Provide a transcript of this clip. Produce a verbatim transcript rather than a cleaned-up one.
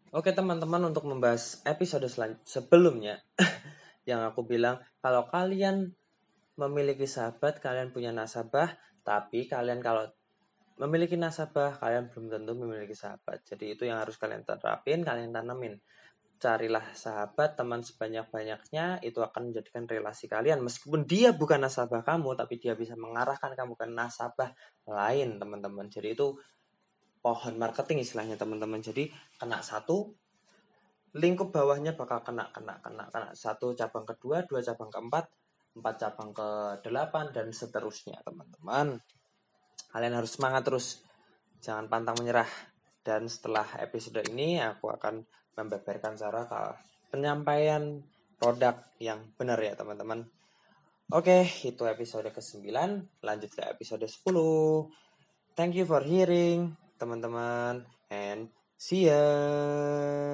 Oke teman-teman, untuk membahas episode selan- sebelumnya yang aku bilang, kalau kalian memiliki sahabat, kalian punya nasabah, tapi kalian kalau memiliki nasabah, kalian belum tentu memiliki sahabat. Jadi itu yang harus kalian terapin, kalian tanamin. Carilah sahabat, teman sebanyak-banyaknya, itu akan menjadikan relasi kalian. Meskipun dia bukan nasabah kamu, tapi dia bisa mengarahkan kamu ke nasabah lain, teman-teman. Jadi itu pohon marketing istilahnya, teman-teman. Jadi kena satu, lingkup bawahnya bakal kena kena kena kena satu cabang kedua, dua cabang keempat, empat cabang ke delapan, dan seterusnya, teman-teman. Kalian harus semangat terus, jangan pantang menyerah. Dan setelah episode ini aku akan membeberkan cara penyampaian produk yang benar ya, teman-teman. Oke, itu episode kesembilan. Lanjut ke episode sepuluh. Thank you for hearing, teman-teman, and see ya.